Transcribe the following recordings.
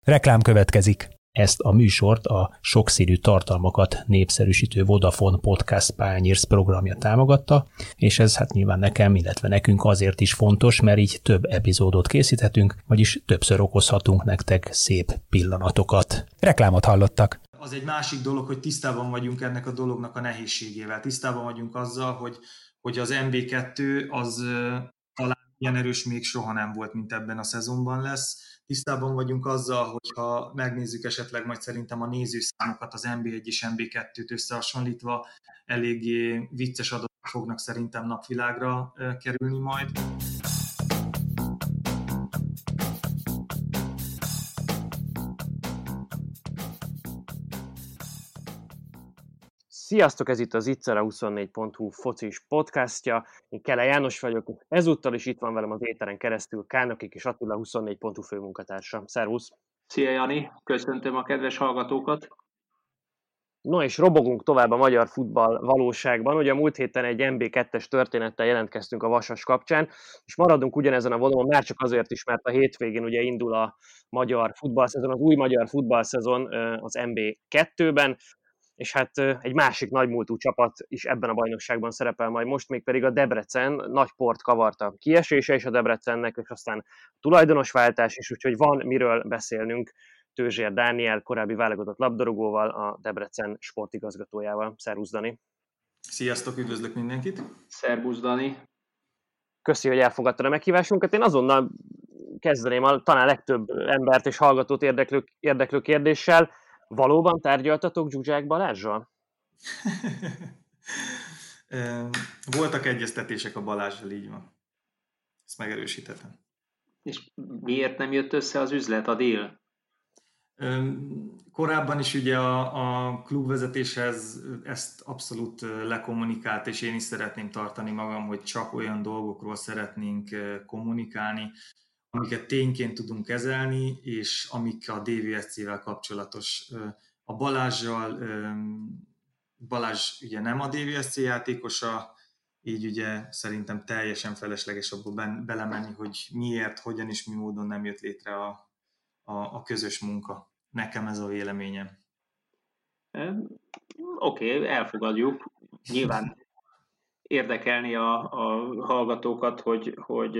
Reklám következik. Ezt a műsort a sokszínű tartalmakat népszerűsítő Vodafone Podcast Pioneers programja támogatta, és ez hát nyilván nekem, illetve nekünk azért is fontos, mert így több epizódot készíthetünk, vagyis többször okozhatunk nektek szép pillanatokat. Reklámot hallottak. Az egy másik dolog, hogy tisztában vagyunk ennek a dolognak a nehézségével. Tisztában vagyunk azzal, hogy az MB2 az talán ilyen erős még soha nem volt, mint ebben a szezonban lesz. Tisztában vagyunk azzal, hogyha megnézzük esetleg majd szerintem a nézőszámokat az MB1 és MB2-t összehasonlítva, eléggé vicces adatok fognak szerintem napvilágra kerülni majd. Sziasztok, ez itt az Itzara24.hu focis podcastja. Én Kele János vagyok, ezúttal is itt van velem az éteren keresztül Kálnokik és Attila 24.hu főmunkatársa. Szervusz! Szia Jani, köszöntöm a kedves hallgatókat! No és robogunk tovább a magyar futball valóságban. Ugye a múlt héten egy MB2-es történettel jelentkeztünk a Vasas kapcsán, és maradunk ugyanezen a vonalon, már csak azért is, mert a hétvégén ugye indul a magyar futballszezon, az új magyar futballszezon az MB2-ben, és hát egy másik nagymúltú csapat is ebben a bajnokságban szerepel majd most, mégpedig a Debrecen. Nagy port kavarta a kiesése is a Debrecennek, és aztán tulajdonosváltás is, úgyhogy van miről beszélnünk Tőzsér Dániel, korábbi válogatott labdarúgóval, a Debrecen sportigazgatójával. Szervusz, Dani! Sziasztok, üdvözlök mindenkit! Szervusz, Dani! Köszi, hogy elfogadtad a meghívásunkat. Én azonnal kezdeném a talán legtöbb embert és hallgatót érdeklő kérdéssel. Valóban tárgyaltatok Zsuzsák Balázssal? Voltak egyeztetések a Balázsral, így van. Ezt megerősíthetem. És miért nem jött össze az üzlet, a deal? Korábban is ugye a klubvezetéshez ezt abszolút lekommunikált, és én is szeretném tartani magam, hogy csak olyan dolgokról szeretnénk kommunikálni, amiket tényként tudunk kezelni, és amik a DVSC-vel kapcsolatos. A Balázsjal, Balázs ugye nem a DVSC játékosa, így ugye szerintem teljesen felesleges abból belemenni, hogy miért, hogyan és mi módon nem jött létre a közös munka. Nekem ez a véleményem. Oké, elfogadjuk. Nyilván érdekelni a hallgatókat, hogy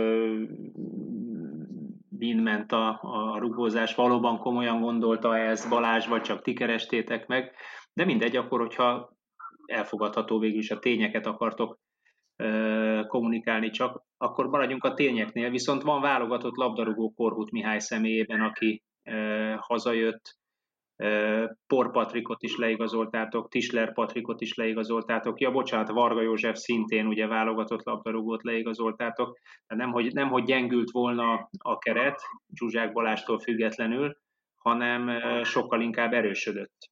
min ment a rugózás. Valóban komolyan gondolta ez Balázs, vagy csak ti kerestétek meg. De mindegy, akkor, hogyha elfogadható végül is a tényeket akartok kommunikálni csak, akkor maradjunk a tényeknél. Viszont van válogatott labdarúgó Korhut Mihály személyében, aki hazajött. Por Patrikot is leigazoltátok, Tisler Patrikot is leigazoltátok, Varga József szintén ugye válogatott labdarúgót leigazoltátok, de nemhogy gyengült volna a keret Zsuzsák Balástól függetlenül, hanem sokkal inkább erősödött.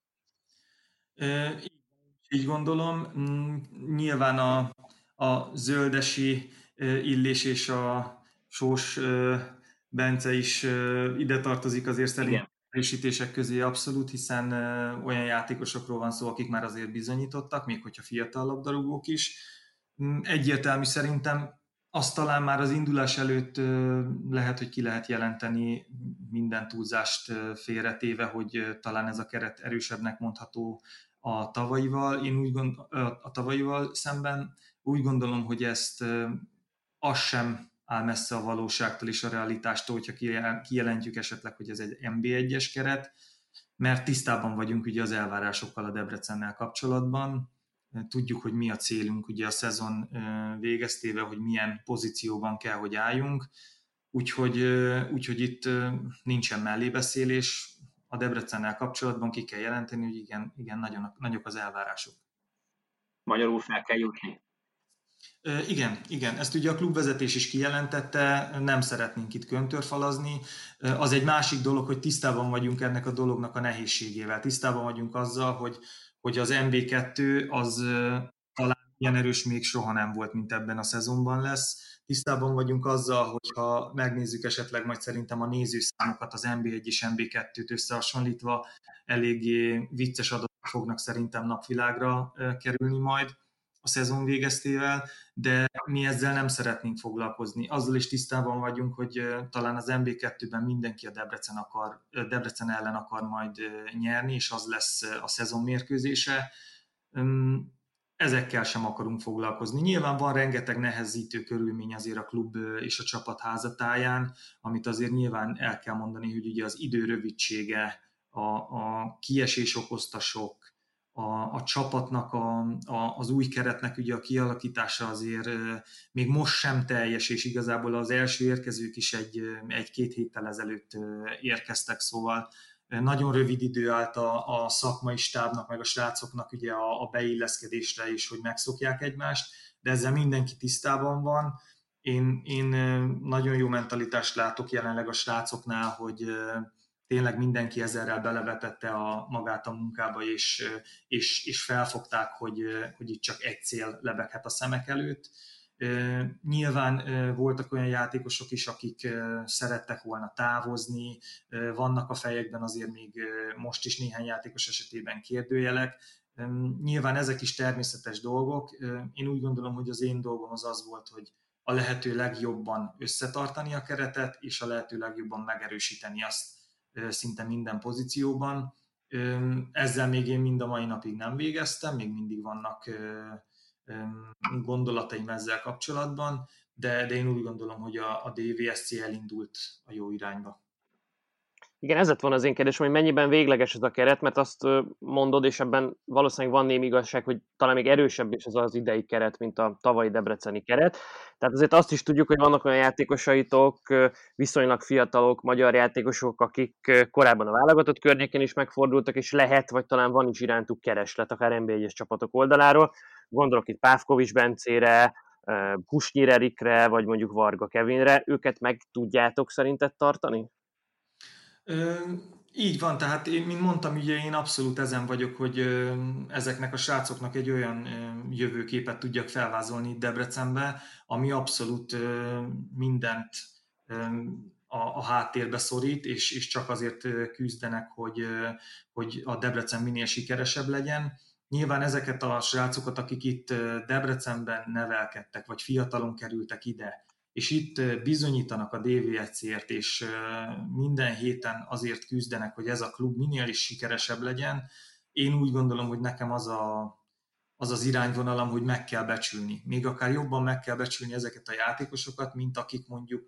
Így gondolom, nyilván a zöldesi Illés és a Sós Bence is ide tartozik azért szerintem erősítések közé abszolút, hiszen olyan játékosokról van szó, akik már azért bizonyítottak, még hogyha fiatal labdarúgók is. Egyértelmű szerintem azt talán már az indulás előtt lehet, hogy ki lehet jelenteni, minden túlzást félretéve, hogy talán ez a keret erősebbnek mondható a tavalyival. Én a tavalyival szemben úgy gondolom, hogy ezt az sem áll messze a valóságtól és a realitástól, hogyha kijelentjük esetleg, hogy ez egy MB1-es keret, mert tisztában vagyunk ugye az elvárásokkal a Debrecennel kapcsolatban. Tudjuk, hogy mi a célunk ugye a szezon végeztével, hogy milyen pozícióban kell, hogy álljunk, úgyhogy itt nincsen mellébeszélés. A Debrecennel kapcsolatban ki kell jelenteni, hogy igen, nagyok az elvárások. Magyarul fel kell jutni. Igen, ezt ugye a klubvezetés is kijelentette, nem szeretnénk itt köntörfalazni. Az egy másik dolog, hogy tisztában vagyunk ennek a dolognak a nehézségével. Tisztában vagyunk azzal, hogy az MB2 az talán ilyen erős még soha nem volt, mint ebben a szezonban lesz. Tisztában vagyunk azzal, hogyha megnézzük esetleg majd szerintem a nézőszámokat az MB1 és MB2-t összehasonlítva, eléggé vicces adatok fognak szerintem napvilágra kerülni majd. a szezon végeztével, de mi ezzel nem szeretnénk foglalkozni. Azzal is tisztában vagyunk, hogy talán az MB2-ben mindenki a Debrecen ellen akar majd nyerni, és az lesz a szezon mérkőzése. Ezekkel sem akarunk foglalkozni. Nyilván van rengeteg nehezítő körülmény azért a klub és a csapat házatáján, amit azért nyilván el kell mondani, hogy ugye az idő rövidsége, a kiesés okozta sok, a csapatnak, az új keretnek ugye a kialakítása azért még most sem teljes, és igazából az első érkezők is egy-két héttel ezelőtt érkeztek, szóval nagyon rövid idő állt a szakmai stábnak, meg a srácoknak ugye a beilleszkedésre is, hogy megszokják egymást, de ezzel mindenki tisztában van. Én nagyon jó mentalitást látok jelenleg a srácoknál, hogy tényleg mindenki ezerrel belevetette magát a munkába, és felfogták, hogy itt csak egy cél lebeghet a szemek előtt. Nyilván voltak olyan játékosok is, akik szerettek volna távozni, vannak a fejekben azért még most is néhány játékos esetében kérdőjelek. Nyilván ezek is természetes dolgok. Én úgy gondolom, hogy az én dolgom az volt, hogy a lehető legjobban összetartani a keretet, és a lehető legjobban megerősíteni azt szinte minden pozícióban. Ezzel még én mind a mai napig nem végeztem, még mindig vannak gondolataim ezzel kapcsolatban, de én úgy gondolom, hogy a DVSC elindult a jó irányba. Igen, ez lett volna az én kérdésem, hogy mennyiben végleges ez a keret, mert azt mondod, és ebben valószínűleg van némi igazság, hogy talán még erősebb is ez az idei keret, mint a tavalyi debreceni keret. Tehát azért azt is tudjuk, hogy vannak olyan játékosaitok, viszonylag fiatalok, magyar játékosok, akik korábban a válogatott környéken is megfordultak, és lehet, vagy talán van is irántuk kereslet, akár NB1-es csapatok oldaláról. Gondolok itt Pávkovics Bencére, Kusnyir Erikre, vagy mondjuk Varga Kevinre. Őket meg tudjátok szerinted tartani? Így van, tehát mint mondtam, ugye én abszolút ezen vagyok, hogy ezeknek a srácoknak egy olyan jövőképet tudjak felvázolni Debrecenbe, ami abszolút mindent a háttérbe szorít, és csak azért küzdenek, hogy a Debrecen minél sikeresebb legyen. Nyilván ezeket a srácokat, akik itt Debrecenben nevelkedtek, vagy fiatalon kerültek ide, és itt bizonyítanak a DVSC-ért, és minden héten azért küzdenek, hogy ez a klub minél is sikeresebb legyen. Én úgy gondolom, hogy nekem az az irányvonalam, hogy meg kell becsülni. Még akár jobban meg kell becsülni ezeket a játékosokat, mint akik mondjuk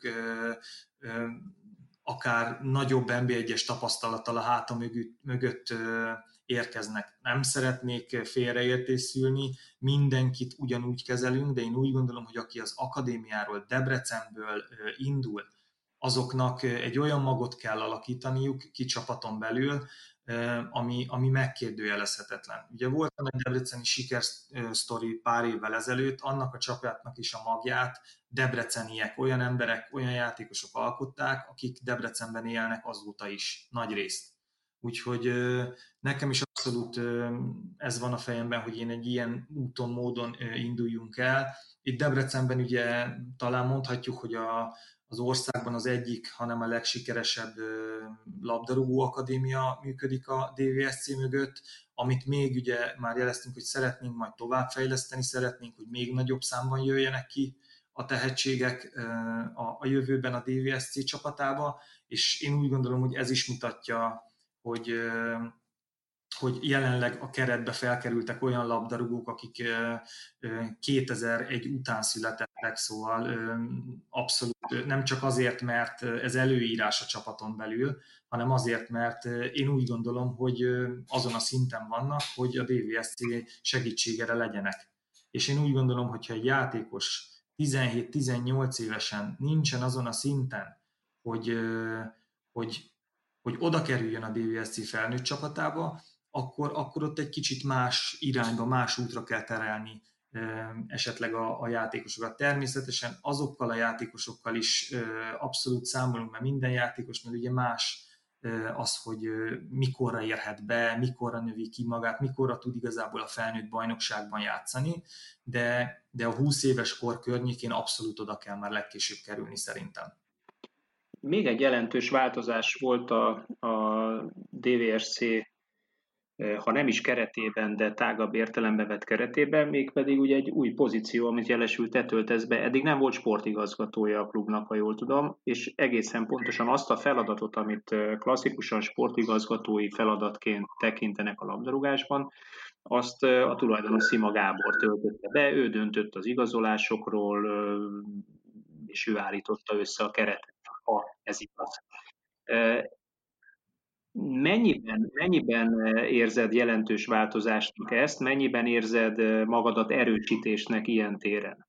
akár nagyobb NB1-es tapasztalattal a háta mögött érkeznek. Nem szeretnék félreértés szülni, mindenkit ugyanúgy kezelünk, de én úgy gondolom, hogy aki az akadémiáról, Debrecenből indul, azoknak egy olyan magot kell alakítaniuk ki csapaton belül, ami megkérdőjelezhetetlen. Ugye volt egy debreceni sikersztori pár évvel ezelőtt, annak a csapatnak is a magját debreceniek, olyan emberek, olyan játékosok alkották, akik Debrecenben élnek azóta is, nagy részt. Úgyhogy nekem is abszolút ez van a fejemben, hogy én egy ilyen úton, módon induljunk el. Itt Debrecenben ugye talán mondhatjuk, hogy az országban az egyik, hanem a legsikeresebb labdarúgó akadémia működik a DVSC mögött, amit még ugye már jeleztünk, hogy szeretnénk majd továbbfejleszteni, szeretnénk, hogy még nagyobb számban jöjjenek ki a tehetségek a jövőben a DVSC csapatába, és én úgy gondolom, hogy ez is mutatja, hogy jelenleg a keretbe felkerültek olyan labdarúgók, akik 2001 után születettek, szóval abszolút nem csak azért, mert ez előírás a csapaton belül, hanem azért, mert én úgy gondolom, hogy azon a szinten vannak, hogy a DVSC segítségére legyenek. És én úgy gondolom, hogyha egy játékos 17-18 évesen nincsen azon a szinten, hogy oda kerüljön a DVSC felnőtt csapatába, akkor ott egy kicsit más irányba, más útra kell terelni esetleg a játékosokat. Természetesen azokkal a játékosokkal is abszolút számolunk, mert minden játékosnál ugye más az, hogy mikorra érhet be, mikorra növi ki magát, mikorra tud igazából a felnőtt bajnokságban játszani, de a 20 éves kor környékén abszolút oda kell már legkésőbb kerülni szerintem. Még egy jelentős változás volt a DVSC ha nem is keretében, de tágabb értelembe vett keretében, mégpedig ugye egy új pozíció, amit jelesül te töltesz be. Eddig nem volt sportigazgatója a klubnak, ha jól tudom, és egészen pontosan azt a feladatot, amit klasszikusan sportigazgatói feladatként tekintenek a labdarúgásban, azt a tulajdonos Szima Gábor töltötte be, ő döntött az igazolásokról, és ő állította össze a keretet, ha ez igaz. Mennyiben érzed jelentős változásnak ezt, mennyiben érzed magadat erősítésnek ilyen téren?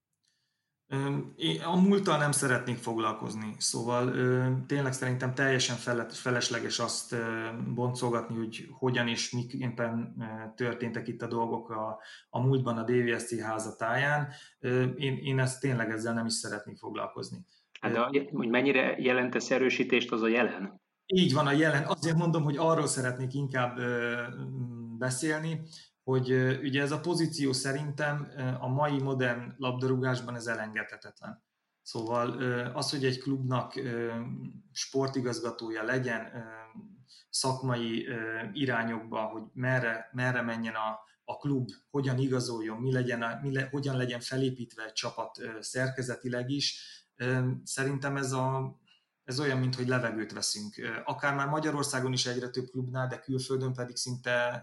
Én a múlttal nem szeretnék foglalkozni, szóval tényleg szerintem teljesen felesleges azt boncolgatni, hogy hogyan és miképpen történtek itt a dolgok a múltban a DVSC házatáján. Én ezt tényleg ezzel nem is szeretnék foglalkozni. Hát de hogy mennyire jelentesz erősítést, az a jelen? Így van, a jelen. Azért mondom, hogy arról szeretnék inkább beszélni, hogy ugye ez a pozíció szerintem a mai modern labdarúgásban ez elengedhetetlen. Szóval az, hogy egy klubnak sportigazgatója legyen szakmai irányokba, hogy merre menjen a klub, hogyan igazoljon, hogyan legyen felépítve egy csapat szerkezetileg is, szerintem ez olyan, mint hogy levegőt veszünk. Akár már Magyarországon is egyre több klubnál, de külföldön pedig szinte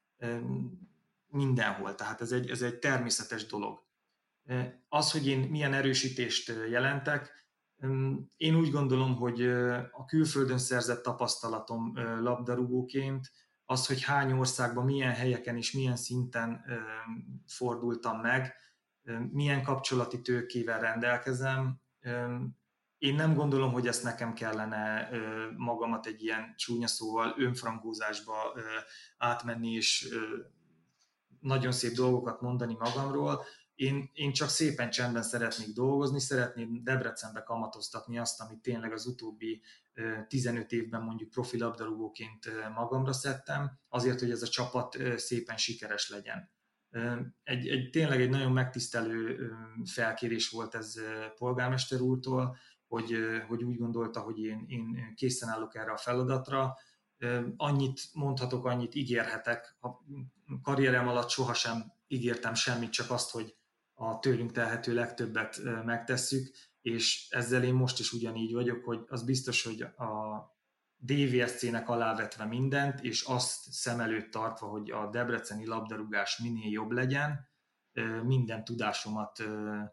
mindenhol. Tehát ez egy természetes dolog. Az, hogy én milyen erősítést jelentek, én úgy gondolom, hogy a külföldön szerzett tapasztalatom labdarúgóként, az, hogy hány országban, milyen helyeken és milyen szinten fordultam meg, milyen kapcsolati tőkével rendelkezem, én nem gondolom, hogy ezt nekem kellene magamat egy ilyen csúnya szóval önfrankózásba átmenni, és nagyon szép dolgokat mondani magamról. Én csak szépen csendben szeretnék dolgozni, szeretném Debrecenbe kamatoztatni azt, amit tényleg az utóbbi 15 évben mondjuk profi labdarúgóként magamra szedtem, azért, hogy ez a csapat szépen sikeres legyen. Tényleg egy nagyon megtisztelő felkérés volt ez polgármester úrtól, hogy úgy gondolta, hogy én készen állok erre a feladatra. Annyit mondhatok, annyit ígérhetek. A karrierem alatt sohasem ígértem semmit, csak azt, hogy a tőlünk telhető legtöbbet megtesszük, és ezzel én most is ugyanígy vagyok, hogy az biztos, hogy a DVSC-nek alávetve mindent, és azt szem előtt tartva, hogy a debreceni labdarúgás minél jobb legyen, minden tudásomat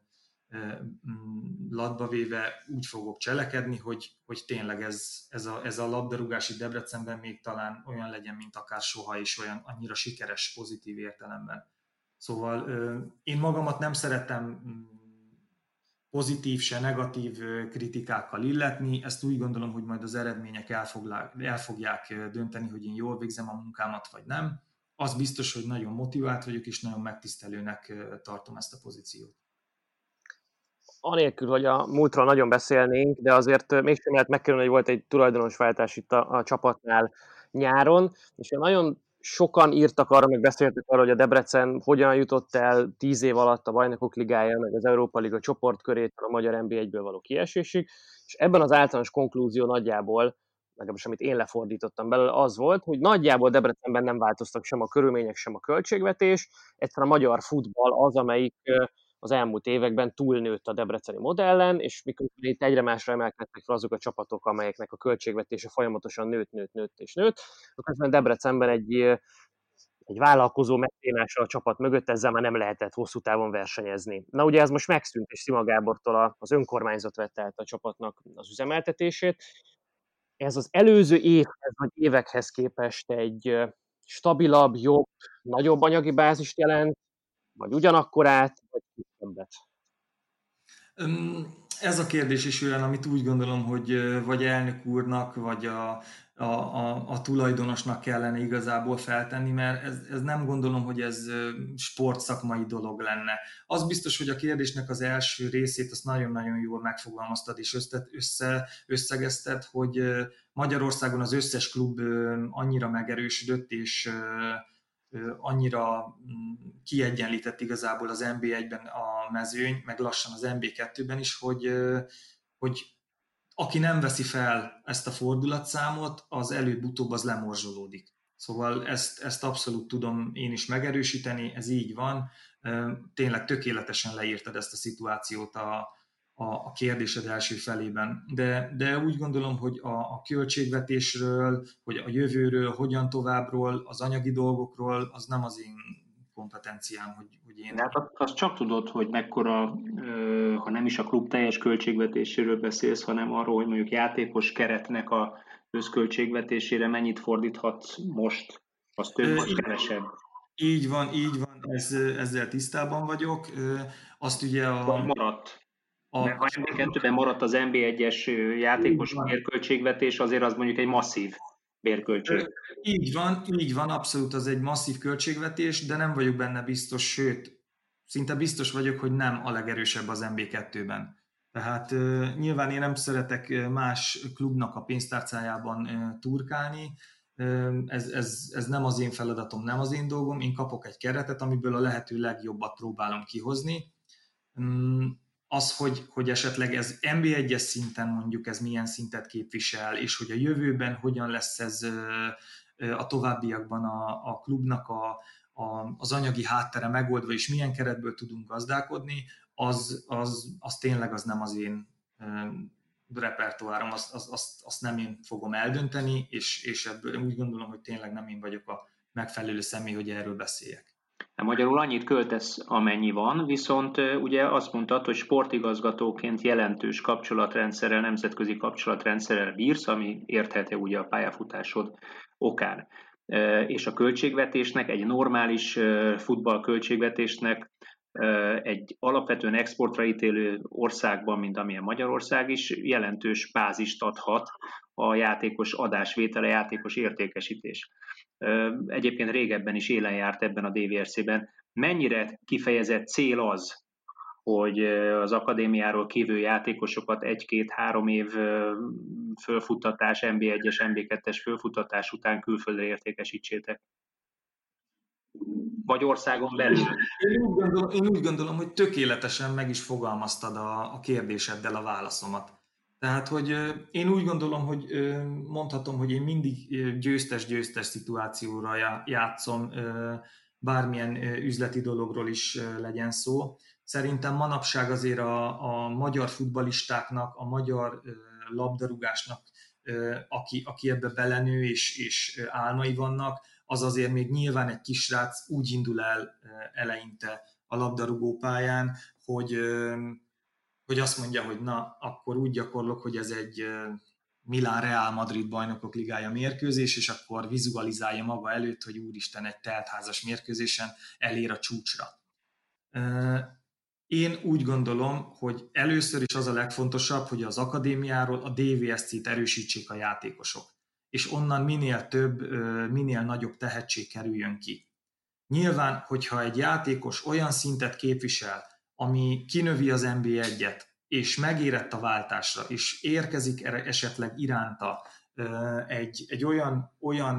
latba véve úgy fogok cselekedni, hogy tényleg ez a labdarúgási Debrecenben még talán olyan legyen, mint akár soha, és olyan annyira sikeres pozitív értelemben. Szóval én magamat nem szeretem pozitív, se negatív kritikákkal illetni, ezt úgy gondolom, hogy majd az eredmények el fogják dönteni, hogy én jól végzem a munkámat, vagy nem. Az biztos, hogy nagyon motivált vagyok, és nagyon megtisztelőnek tartom ezt a pozíciót. Anélkül, hogy a múltról nagyon beszélnénk, de azért mégsem lehet megkerülni, hogy volt egy tulajdonosváltás itt a csapatnál nyáron, és nagyon sokan írtak arra, meg beszéltek arra, hogy a Debrecen hogyan jutott el 10 év alatt a Bajnokok Ligája, meg az Európa Liga csoportkörétől a magyar NB1-ből való kiesésig, és ebben az általános konklúzió nagyjából, legalábbis amit én lefordítottam belőle, az volt, hogy nagyjából Debrecenben nem változtak sem a körülmények, sem a költségvetés, egyszerűen a magyar futball az, amelyik az elmúlt években túlnőtt a debreceni modellen, és miközben itt egyre másra emelkedtek fel azok a csapatok, amelyeknek a költségvetése folyamatosan nőtt, közben Debrecenben egy vállalkozó megténással a csapat mögött, ezzel már nem lehetett hosszú távon versenyezni. Na ugye ez most megszűnt, és Szima Gábortól az önkormányzat vette át a csapatnak az üzemeltetését. Ez az előző évhez vagy évekhez képest egy stabilabb, jobb, nagyobb anyagi bázist jelent, vagy ugyanakkorát, vagy kisebbet? Ez a kérdés is olyan, amit úgy gondolom, hogy vagy elnök úrnak, vagy a tulajdonosnak kellene igazából feltenni, mert ez nem gondolom, hogy ez sportszakmai dolog lenne. Az biztos, hogy a kérdésnek az első részét azt nagyon-nagyon jól megfogalmaztad és összegezted, hogy Magyarországon az összes klub annyira megerősödött, és annyira kiegyenlített igazából az NB1-ben a mezőny, meg lassan az NB2-ben is, hogy aki nem veszi fel ezt a fordulatszámot, az előbb-utóbb az lemorzsolódik. Szóval ezt abszolút tudom én is megerősíteni, ez így van. Tényleg tökéletesen leírtad ezt a szituációt a kérdésed első felében. De úgy gondolom, hogy a költségvetésről, hogy a jövőről, hogyan továbbról, az anyagi dolgokról, az nem az én kompetenciám, hogy én... Hát azt csak tudod, hogy mekkora, ha nem is a klub teljes költségvetéséről beszélsz, hanem arról, hogy mondjuk játékos keretnek a összköltségvetésére mennyit fordíthatsz most, az több vagy kevesebb. Így van, ezzel tisztában vagyok. Azt ugye maradt. Ha NB2-ben maradt az NB1-es játékos bérköltségvetés, azért az mondjuk egy masszív bérköltség. Így van, abszolút az egy masszív költségvetés, de nem vagyok benne biztos, sőt, szinte biztos vagyok, hogy nem a legerősebb az NB2-ben. Tehát nyilván én nem szeretek más klubnak a pénztárcájában turkálni, ez nem az én feladatom, nem az én dolgom, én kapok egy keretet, amiből a lehető legjobbat próbálom kihozni. Az, hogy esetleg ez NB1-es szinten mondjuk ez milyen szintet képvisel, és hogy a jövőben hogyan lesz ez a továbbiakban a klubnak az anyagi háttere megoldva, és milyen keretből tudunk gazdálkodni, az tényleg az nem az én repertoárom, azt nem én fogom eldönteni, és ebből úgy gondolom, hogy tényleg nem én vagyok a megfelelő személy, hogy erről beszéljek. Magyarul annyit költesz, amennyi van, viszont ugye azt mondtad, hogy sportigazgatóként jelentős kapcsolatrendszerrel, nemzetközi kapcsolatrendszerrel bírsz, ami érthető ugye a pályafutásod okán. És a költségvetésnek, egy normális futball költségvetésnek egy alapvetően exportra ítélő országban, mint amilyen Magyarország is, jelentős bázist adhat a játékos adásvétele, játékos értékesítés. Egyébként régebben is élen járt ebben a DVRC-ben. Mennyire kifejezett cél az, hogy az akadémiáról kívül játékosokat 1-2-3 év fölfuttatás, NB1-es, NB2-es fölfuttatás után külföldre értékesítsétek? Vagy országon belül? Én úgy gondolom, hogy tökéletesen meg is fogalmaztad a kérdéseddel a válaszomat. Tehát, hogy én úgy gondolom, hogy mondhatom, hogy én mindig győztes-győztes szituációra játszom, bármilyen üzleti dologról is legyen szó. Szerintem manapság azért a magyar futballistáknak, a magyar labdarúgásnak, aki ebbe belenő és álmai vannak, az azért még nyilván egy kisrác úgy indul el eleinte a labdarúgópályán, hogy azt mondja, hogy na, akkor úgy gyakorlok, hogy ez egy Milán Real Madrid bajnokok ligája mérkőzés, és akkor vizualizálja maga előtt, hogy úristen, egy teltházas mérkőzésen elér a csúcsra. Én úgy gondolom, hogy először is az a legfontosabb, hogy az akadémiáról a DVSC-t erősítsék a játékosok, és onnan minél több, minél nagyobb tehetség kerüljön ki. Nyilván, hogyha egy játékos olyan szintet képvisel, ami kinövi az NB1-et, és megérett a váltásra, és érkezik esetleg iránta egy olyan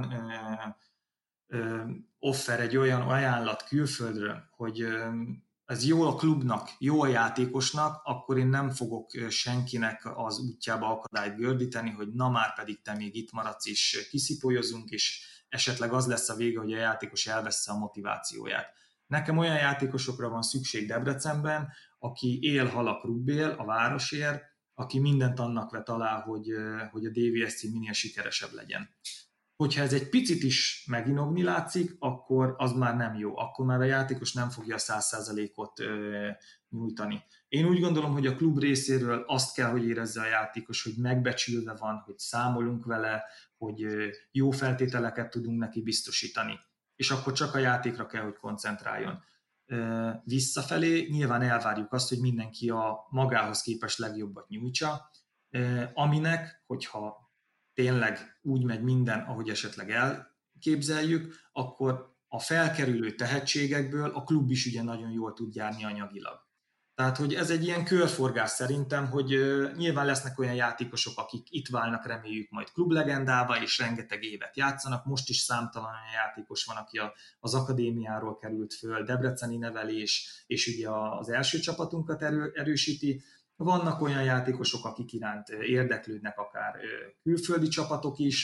offer, egy olyan ajánlat külföldről, hogy ez jó a klubnak, jó a játékosnak, akkor én nem fogok senkinek az útjába akadályt gördíteni, hogy na már pedig te még itt maradsz, és kiszipolyozunk, és esetleg az lesz a vége, hogy a játékos elveszi a motivációját. Nekem olyan játékosokra van szükség Debrecenben, aki él-hal a klubél, a városért, aki mindent annak vet alá, hogy a DVSC minél sikeresebb legyen. Hogyha ez egy picit is meginogni látszik, akkor az már nem jó. Akkor már a játékos nem fogja a 100%-ot nyújtani. Én úgy gondolom, hogy a klub részéről azt kell, hogy érezze a játékos, hogy megbecsülve van, hogy számolunk vele, hogy jó feltételeket tudunk neki biztosítani. És akkor csak a játékra kell, hogy koncentráljon. Visszafelé nyilván elvárjuk azt, hogy mindenki a magához képest legjobbat nyújtsa, aminek, hogyha tényleg úgy megy minden, ahogy esetleg elképzeljük, akkor a felkerülő tehetségekből a klub is ugye nagyon jól tud járni anyagilag. Tehát, hogy ez egy ilyen körforgás szerintem, hogy nyilván lesznek olyan játékosok, akik itt válnak, reméljük majd klublegendába, és rengeteg évet játszanak. Most is számtalan olyan játékos van, aki az akadémiáról került föl, debreceni nevelés, és ugye az első csapatunkat erősíti. Vannak olyan játékosok, akik iránt érdeklődnek akár külföldi csapatok is,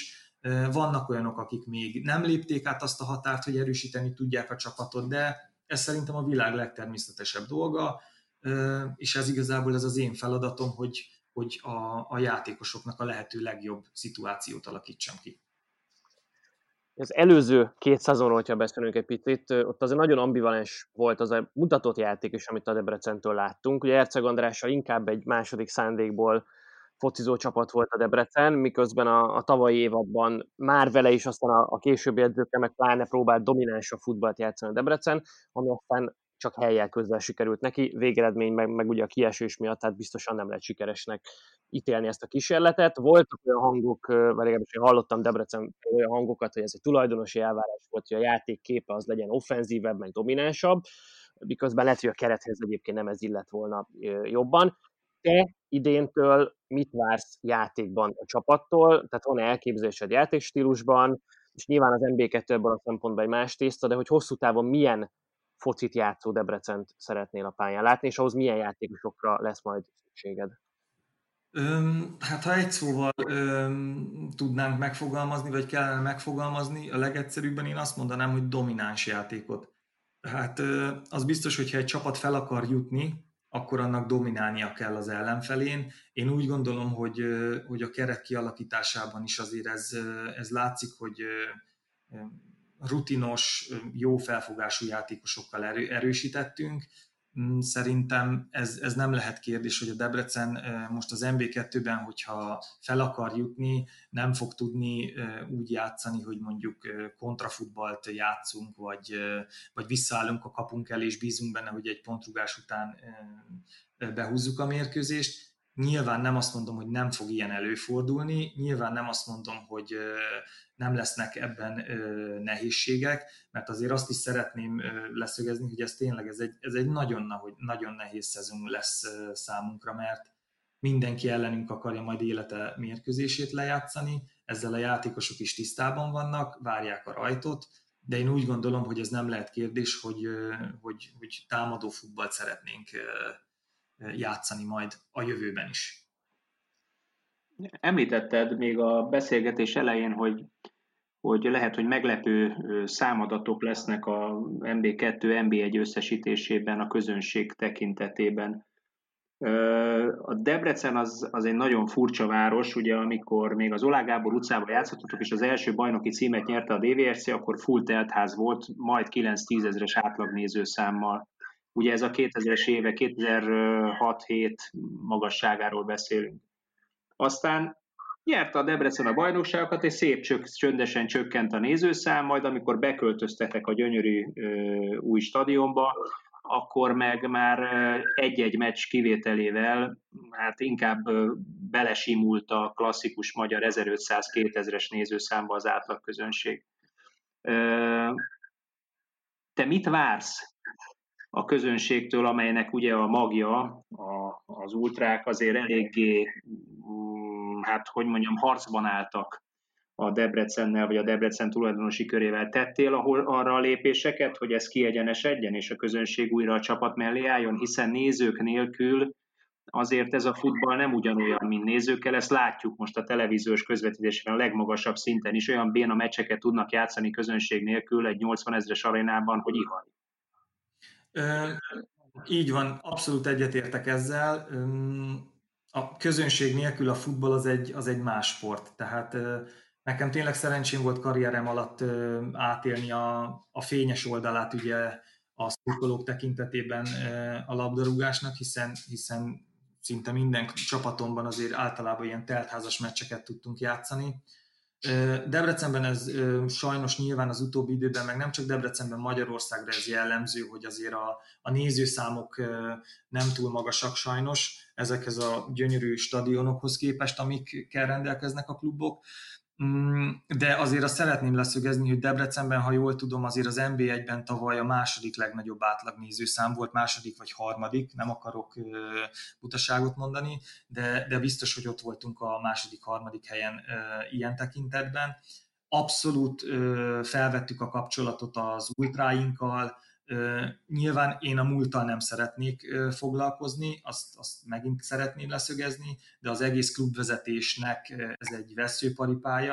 Vannak olyanok, akik még nem lépték át azt a határt, hogy erősíteni tudják a csapatot, de ez szerintem a világ legtermészetesebb dolga, és ez igazából ez az én feladatom, hogy a játékosoknak a lehető legjobb szituációt alakítsam ki. Az előző 2 szezonról, hogyha beszélünk egy picit, ott azért nagyon ambivalens volt az a mutatott játék is, amit a Debrecentől láttunk. Ugye Herceg Andrással inkább egy második szándékból focizó csapat volt a Debrecen, miközben a tavalyi évadban már vele is, aztán a későbbi edzőkkel meg pláne próbált dominánsabb futballt játszani a Debrecen, ami aztán csak hellyel közel sikerült neki, végeredmény meg ugye a kiesés miatt, tehát biztosan nem lehet sikeresnek ítélni ezt a kísérletet. Voltak olyan hangok, vagy legalábbis én hallottam Debrecen olyan hangokat, hogy ez egy tulajdonosi elvárás volt, hogy a játék képe az legyen offenzívebb, meg dominánsabb, miközben lehet, hogy a kerethez egyébként nem ez illett volna jobban. Te idéntől mit vársz játékban a csapattól? Tehát van elképzelésed játékstílusban, és nyilván az NB2 ebből a szempontból egy más tészta, de hogy hosszú távon milyen focit játszó Debrecent szeretnél a pályán látni, és ahhoz milyen játékosokra lesz majd szükséged? Hát ha egy szóval tudnánk megfogalmazni, vagy kellene megfogalmazni, a legegyszerűbben én azt mondanám, hogy domináns játékot. Hát az biztos, hogyha egy csapat fel akar jutni, akkor annak dominálnia kell az ellenfelén. Én úgy gondolom, hogy a keret kialakításában is azért ez látszik, hogy rutinos, jó felfogású játékosokkal erősítettünk. Szerintem ez nem lehet kérdés, hogy a Debrecen most az NB2-ben, hogyha fel akar jutni, nem fog tudni úgy játszani, hogy mondjuk kontrafutballt játszunk, vagy visszaállunk a kapunk elé, és bízunk benne, hogy egy pontrugás után behúzzuk a mérkőzést. Nyilván nem azt mondom, hogy nem fog ilyen előfordulni, nyilván nem azt mondom, hogy nem lesznek ebben nehézségek, mert azért azt is szeretném leszögezni, hogy ez tényleg ez egy nagyon nehéz szezon lesz számunkra, mert mindenki ellenünk akarja majd élete mérkőzését lejátszani, ezzel a játékosok is tisztában vannak, várják a rajtot, de én úgy gondolom, hogy ez nem lehet kérdés, hogy támadó futballt szeretnénk játszani majd a jövőben is. Említetted még a beszélgetés elején, hogy lehet, hogy meglepő számadatok lesznek a NB2, NB1 összesítésében, a közönség tekintetében. A Debrecen az egy nagyon furcsa város, ugye amikor még az Oláh Gábor utcában játszhattatok, és az első bajnoki címet nyerte a DVSC, akkor full teltház volt, majd 9-10 ezres átlagnézőszámmal. Ugye ez a 2000-es éve, 2006-7 magasságáról beszélünk. Aztán nyerte a Debrecen a bajnokságokat, és szép csöndesen csökkent a nézőszám, majd amikor beköltöztetek a gyönyörű új stadionba, akkor meg már egy-egy meccs kivételével hát inkább belesimult a klasszikus magyar 1500-2000-es nézőszámba az átlagközönség. Te mit vársz a közönségtől, amelynek ugye a magja, az ultrák azért eléggé, hát hogy mondjam, harcban álltak a Debrecennel, vagy a Debrecen tulajdonosi körével. Tettél arra a lépéseket, hogy ez kiegyenesedjen, és a közönség újra a csapat mellé álljon, hiszen nézők nélkül azért ez a futball nem ugyanolyan, mint nézőkkel, ezt látjuk most a televíziós közvetítésben a legmagasabb szinten is, olyan béna meccseket tudnak játszani közönség nélkül egy 80 000-es arénában, hogy ihaj. Így van, abszolút egyetértek ezzel. A közönség nélkül a futball az egy más sport, tehát nekem tényleg szerencsém volt karrierem alatt átélni a fényes oldalát ugye a szurkolók tekintetében a labdarúgásnak, hiszen szinte minden csapatomban azért általában ilyen teltházas meccseket tudtunk játszani. Debrecenben ez sajnos nyilván az utóbbi időben, meg nem csak Debrecenben, Magyarországra ez jellemző, hogy azért a nézőszámok nem túl magasak sajnos ezekhez a gyönyörű stadionokhoz képest, amikkel rendelkeznek a klubok. De azért azt szeretném leszögezni, hogy Debrecenben, ha jól tudom, azért az NB1-ben tavaly a második legnagyobb átlagnézőszám volt, második vagy harmadik, nem akarok butaságot mondani, de biztos, hogy ott voltunk a második-harmadik helyen ilyen tekintetben. Abszolút felvettük a kapcsolatot az ultráinkkal, nyilván én a múlttal nem szeretnék foglalkozni, azt megint szeretném leszögezni, de az egész klubvezetésnek ez egy vesszőparipája,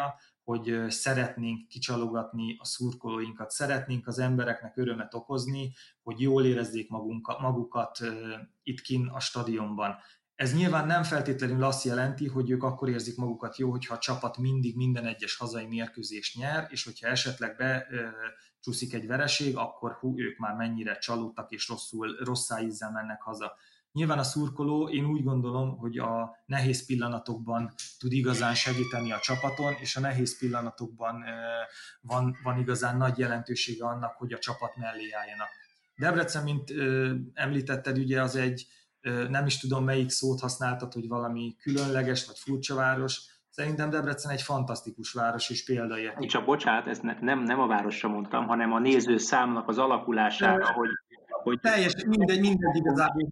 hogy szeretnénk kicsalogatni a szurkolóinkat, szeretnénk az embereknek örömet okozni, hogy jól érezzék magukat itt kinn a stadionban. Ez nyilván nem feltétlenül azt jelenti, hogy ők akkor érzik magukat jó, hogyha a csapat mindig minden egyes hazai mérkőzést nyer, és hogyha esetleg becsúszik egy vereség, akkor ők már mennyire csalódtak és rosszá ízzel mennek haza. Nyilván a szurkoló, én úgy gondolom, hogy a nehéz pillanatokban tud igazán segíteni a csapaton, és a nehéz pillanatokban van igazán nagy jelentősége annak, hogy a csapat mellé álljanak. Debrecen, mint említetted, ugye az egy, nem is tudom melyik szót használtad, hogy valami különleges vagy furcsa város. Szerintem Debrecen egy fantasztikus város és példaértékű. Csak bocsánat, ezt nem a városra mondtam, hanem a nézőszámnak az alakulására, hogy teljesen mindegy igazából,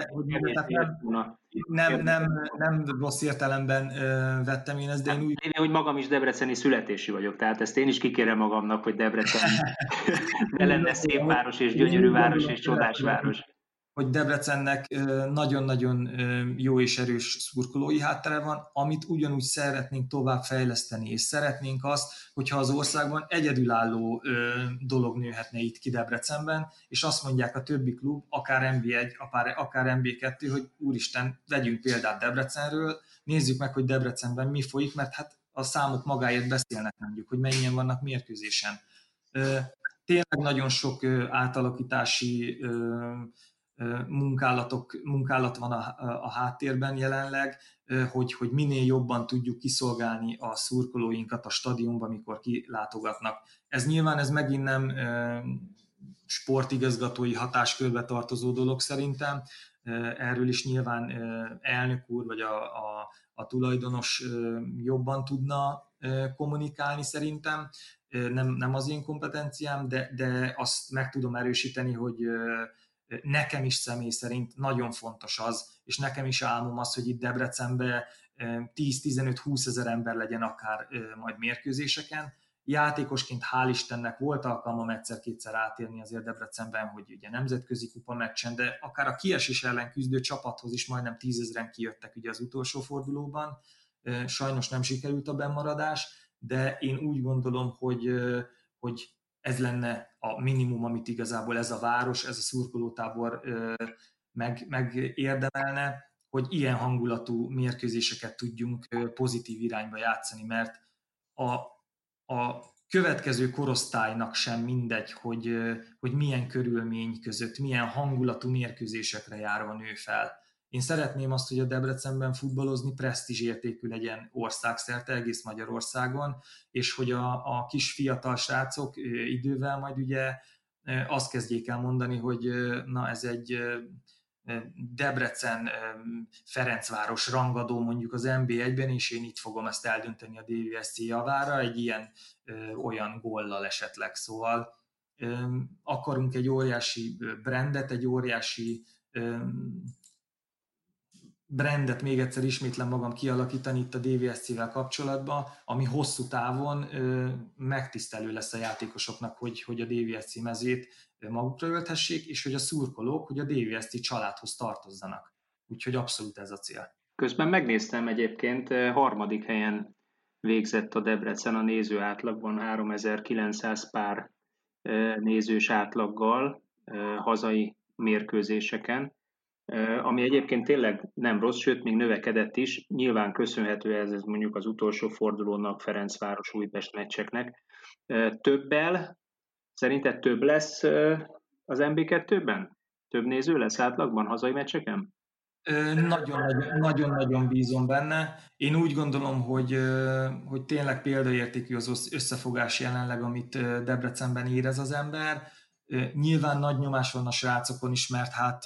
nem rossz értelemben vettem én ezt, de én úgy... Én hogy magam is debreceni születési vagyok, tehát ezt én is kikérem magamnak, hogy Debrecen ne lenne szép város és gyönyörű város és csodás város. Hogy Debrecennek nagyon-nagyon jó és erős szurkolói háttere van, amit ugyanúgy szeretnénk tovább fejleszteni, és szeretnénk azt, hogyha az országban egyedülálló dolog nőhetne itt ki Debrecenben, és azt mondják a többi klub, akár NB1, akár NB2, hogy úristen, vegyünk példát Debrecenről, nézzük meg, hogy Debrecenben mi folyik, mert hát a számok magáért beszélnek, mondjuk, hogy mennyien vannak mérkőzésen. Tényleg nagyon sok átalakítási munkálat van a háttérben jelenleg, hogy minél jobban tudjuk kiszolgálni a szurkolóinkat a stadionban, amikor kilátogatnak. Ez megint nem sportigazgatói hatáskörbe tartozó dolog szerintem. Erről is nyilván elnök úr vagy a tulajdonos jobban tudna kommunikálni szerintem. Nem az én kompetenciám, de azt meg tudom erősíteni, hogy nekem is személy szerint nagyon fontos az, és nekem is álmom az, hogy itt Debrecenben 10-15-20 ezer ember legyen akár majd mérkőzéseken. Játékosként hál' Istennek volt alkalmam egyszer-kétszer átérni azért Debrecenben, hogy ugye nemzetközi kupa meccsen, de akár a kiesés ellen küzdő csapathoz is majdnem 10 000-en kijöttek ugye az utolsó fordulóban. Sajnos nem sikerült a bennmaradás, de én úgy gondolom, hogy ez lenne a minimum, amit igazából ez a város, ez a szurkolótábor megérdemelne, hogy ilyen hangulatú mérkőzéseket tudjunk pozitív irányba játszani, mert a következő korosztálynak sem mindegy, hogy milyen körülmény között, milyen hangulatú mérkőzésekre járva nő fel. Én szeretném azt, hogy a Debrecenben futballozni presztízsértékű legyen országszerte, egész Magyarországon, és hogy a kis fiatal srácok idővel majd ugye azt kezdjék el mondani, hogy na ez egy Debrecen Ferencváros rangadó mondjuk az NB1-ben, és én itt fogom ezt eldönteni a DVSC javára, egy ilyen olyan góllal esetleg. Szóval akarunk egy óriási brandet, egy óriási brandet, még egyszer ismétlem magam, kialakítani itt a DVSC-vel kapcsolatban, ami hosszú távon megtisztelő lesz a játékosoknak, hogy a DVSC mezét magukra ölthessék, és hogy a szurkolók, hogy a DVSC családhoz tartozzanak. Úgyhogy abszolút ez a cél. Közben megnéztem egyébként, 3. helyen végzett a Debrecen a néző átlagban, 3900 pár nézős átlaggal hazai mérkőzéseken, ami egyébként tényleg nem rossz, sőt, még növekedett is, nyilván köszönhető ez mondjuk az utolsó fordulónak, Ferencváros-Újpest meccseknek. Többel, szerinted több lesz az MB2-ben? Több néző lesz átlagban hazai meccseken? Nagyon-nagyon bízom benne. Én úgy gondolom, hogy tényleg példaértékű az összefogás jelenleg, amit Debrecenben érez az ember. Nyilván nagy nyomás van a srácokon is, mert hát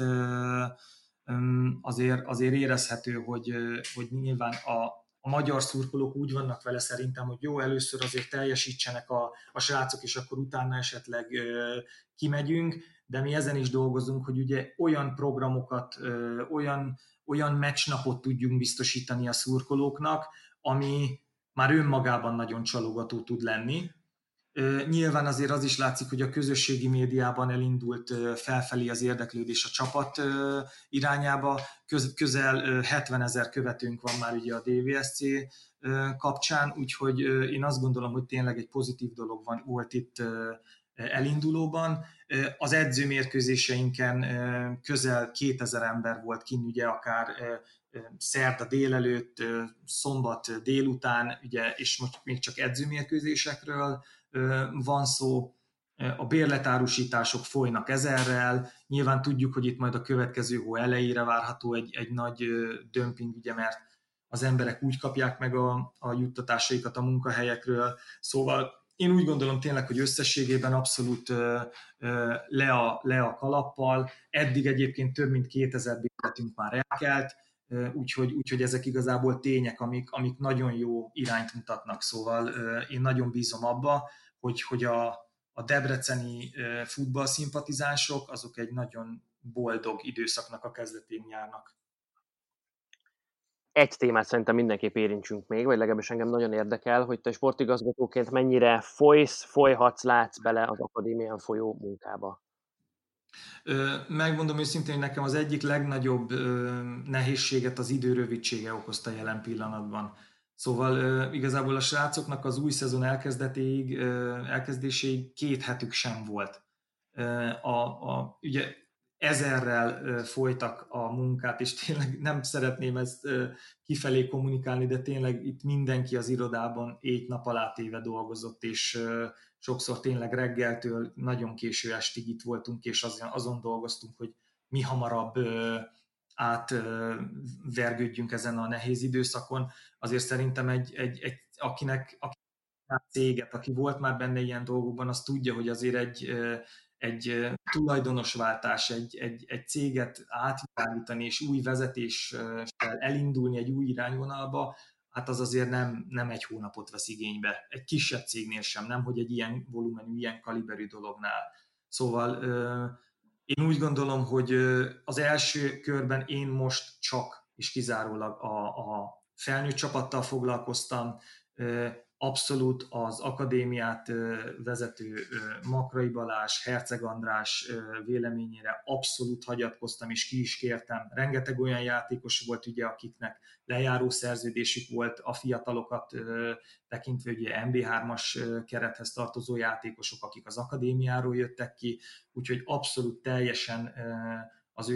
azért érezhető, hogy nyilván a magyar szurkolók úgy vannak vele szerintem, hogy jó, először azért teljesítsenek a srácok, és akkor utána esetleg kimegyünk, de mi ezen is dolgozunk, hogy ugye olyan programokat, olyan meccsnapot tudjunk biztosítani a szurkolóknak, ami már önmagában nagyon csalogató tud lenni. Nyilván azért az is látszik, hogy a közösségi médiában elindult felfelé az érdeklődés a csapat irányába. Közel 70 000 követőnk van már ugye a DVSC kapcsán, úgyhogy én azt gondolom, hogy tényleg egy pozitív dolog volt itt elindulóban. Az edzőmérkőzéseinken közel 2000 ember volt kint, ugye akár szerda délelőtt, szombat délután, ugye, és most még csak edzőmérkőzésekről van szó. A bérletárusítások folynak ezerrel, nyilván tudjuk, hogy itt majd a következő hó elejére várható egy nagy dömping, ugye, mert az emberek úgy kapják meg a juttatásaikat a munkahelyekről, szóval én úgy gondolom tényleg, hogy összességében abszolút le a kalappal. Eddig egyébként több mint 2000 bérletünk már elkelt, úgyhogy ezek igazából tények, amik nagyon jó irányt mutatnak. Szóval én nagyon bízom abba, hogy a debreceni futballszimpatizánsok azok egy nagyon boldog időszaknak a kezdetén járnak. Egy témát szerintem mindenképp érintsünk még, vagy legalábbis engem nagyon érdekel, hogy te sportigazgatóként mennyire folyhatsz, látsz bele az akadémián folyó munkába. Megmondom őszintén, hogy nekem az egyik legnagyobb nehézséget az idő rövidsége okozta jelen pillanatban. Szóval igazából a srácoknak az új szezon elkezdéséig 2 hetük sem volt. Ugye 1000-rel folytak a munkát, és tényleg nem szeretném ezt kifelé kommunikálni, de tényleg itt mindenki az irodában 7 nap alá téve dolgozott, és sokszor tényleg reggeltől nagyon késő estig itt voltunk, és azon dolgoztunk, hogy mi hamarabb átvergődjünk ezen a nehéz időszakon. Azért szerintem akinek céget, aki volt már benne ilyen dolgokban, az tudja, hogy azért egy tulajdonosváltás, egy céget átvilágítani és új vezetéssel elindulni egy új irányvonalba, hát az azért nem 1 hónapot vesz igénybe. Egy kisebb cégnél sem, nem, hogy egy ilyen volumenű, ilyen kaliberű dolognál. Szóval én úgy gondolom, hogy az első körben én most csak és kizárólag a felnőtt csapattal foglalkoztam, abszolút az akadémiát vezető Makrai Balázs, Herceg András véleményére abszolút hagyatkoztam, és ki is kértem. Rengeteg olyan játékos volt, ugye, akiknek lejáró szerződésük volt, a fiatalokat tekintve, ugye MB3-as kerethez tartozó játékosok, akik az akadémiáról jöttek ki, úgyhogy abszolút teljesen az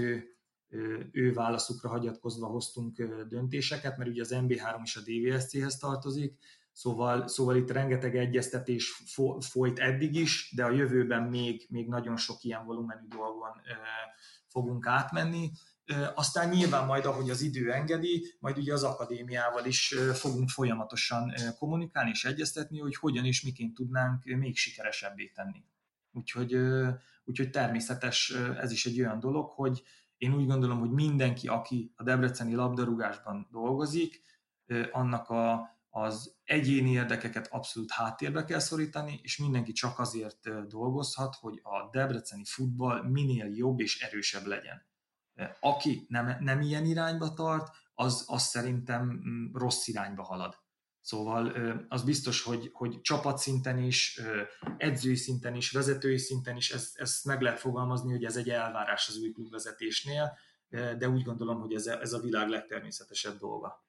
ő válaszukra hagyatkozva hoztunk döntéseket, mert ugye az MB3 is a DVSC-hez tartozik, Szóval itt rengeteg egyeztetés folyt eddig is, de a jövőben még nagyon sok ilyen volumenű dolgon fogunk átmenni. Aztán nyilván majd, ahogy az idő engedi, majd ugye az akadémiával is fogunk folyamatosan kommunikálni és egyeztetni, hogy hogyan és miként tudnánk még sikeresebbé tenni. Úgyhogy természetes ez is egy olyan dolog, hogy én úgy gondolom, hogy mindenki, aki a debreceni labdarúgásban dolgozik, annak az egyéni érdekeket abszolút háttérbe kell szorítani, és mindenki csak azért dolgozhat, hogy a debreceni futball minél jobb és erősebb legyen. Aki nem ilyen irányba tart, az szerintem rossz irányba halad. Szóval az biztos, hogy csapatszinten is, edzői szinten is, vezetői szinten is ezt meg lehet fogalmazni, hogy ez egy elvárás az új klubvezetésnél, de úgy gondolom, hogy ez a világ legtermészetesebb dolga.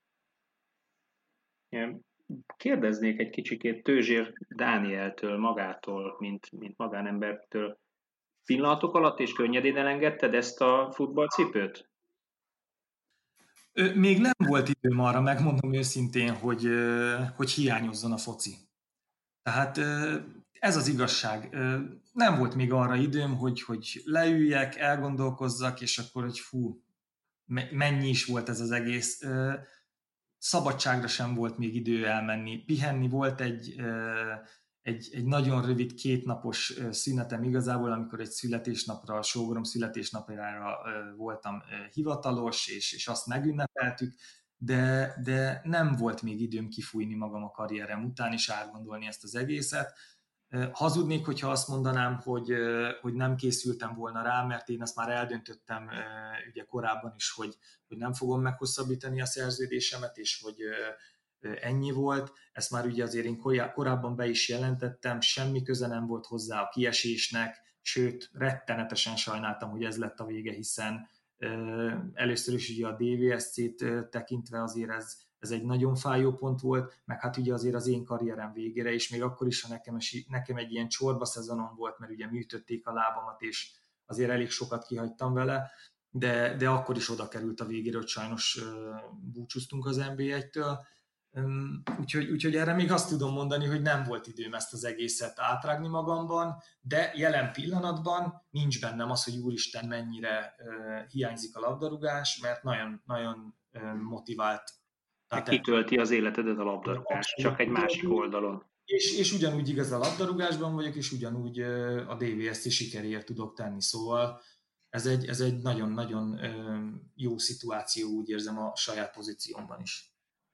Kérdeznék egy kicsikét Tőzsér Dánieltől, magától, mint magánembertől. Pillanatok alatt és könnyedén elengedted ezt a futballcipőt? Még nem volt időm arra, megmondom őszintén, hogy hiányozzon a foci. Tehát ez az igazság. Nem volt még arra időm, hogy leüljek, elgondolkozzak, és akkor, hogy mennyi is volt ez az egész. Szabadságra sem volt még idő elmenni. Pihenni volt egy nagyon rövid 2 napos szünetem igazából, amikor egy születésnapra, a sógorom születésnapjára voltam hivatalos, és azt megünnepeltük, de nem volt még időm kifújni magam a karrierem után, és átgondolni ezt az egészet. Hazudnék, hogyha azt mondanám, hogy nem készültem volna rá, mert én azt már eldöntöttem ugye korábban is, hogy nem fogom meghosszabbítani a szerződésemet, és hogy ennyi volt. Ezt már ugye azért én korábban be is jelentettem, semmi köze nem volt hozzá a kiesésnek, sőt, rettenetesen sajnáltam, hogy ez lett a vége, hiszen először is ugye a DVSC-t tekintve azért ez egy nagyon fájó pont volt, meg hát ugye azért az én karrierem végére, és még akkor is, ha nekem egy ilyen csorba szezonom volt, mert ugye műtötték a lábamat, és azért elég sokat kihagytam vele, de akkor is oda került a végére, hogy sajnos búcsúztunk az NB1-től. Úgyhogy erre még azt tudom mondani, hogy nem volt időm ezt az egészet átrágni magamban, de jelen pillanatban nincs bennem az, hogy úristen mennyire hiányzik a labdarúgás, mert nagyon, nagyon motivált. Tehát kitölti az életedet a labdarúgás, csak egy másik oldalon. És ugyanúgy igaz a labdarúgásban vagyok, és ugyanúgy a DVSC sikeréért tudok tenni, szóval ez egy nagyon-nagyon jó szituáció, úgy érzem a saját pozíciómban is.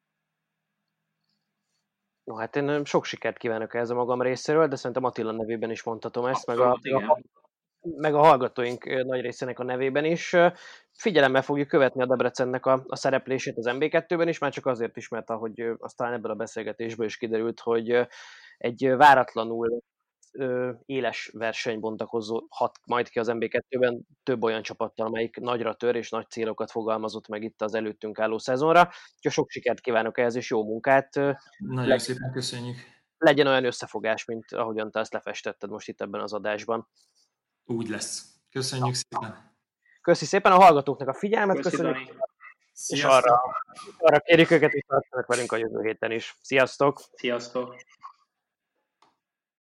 No, hát én sok sikert kívánok ehhez a magam részéről, de szerintem Attila nevében is mondhatom ezt, abszolút, meg a hallgatóink nagy részének a nevében is. Figyelemmel fogjuk követni a Debrecennek a szereplését az MB2-ben is, már csak azért is, mert ahogy aztán ebből a beszélgetésből is kiderült, hogy egy váratlanul éles verseny bontakozhat majd ki az MB2-ben több olyan csapattal, amelyik nagyra tör és nagy célokat fogalmazott meg itt az előttünk álló szezonra. Úgyhogy sok sikert kívánok ehhez, és jó munkát. Nagyon szépen köszönjük. Legyen olyan összefogás, mint ahogyan te ezt lefestetted most itt ebben az adásban. Úgy lesz. Köszönjük szépen. Köszi szépen a hallgatóknak a figyelmet, köszönjük. És arra kérjük őket, hogy tartsanak velünk a jövő héten is. Sziasztok! Sziasztok!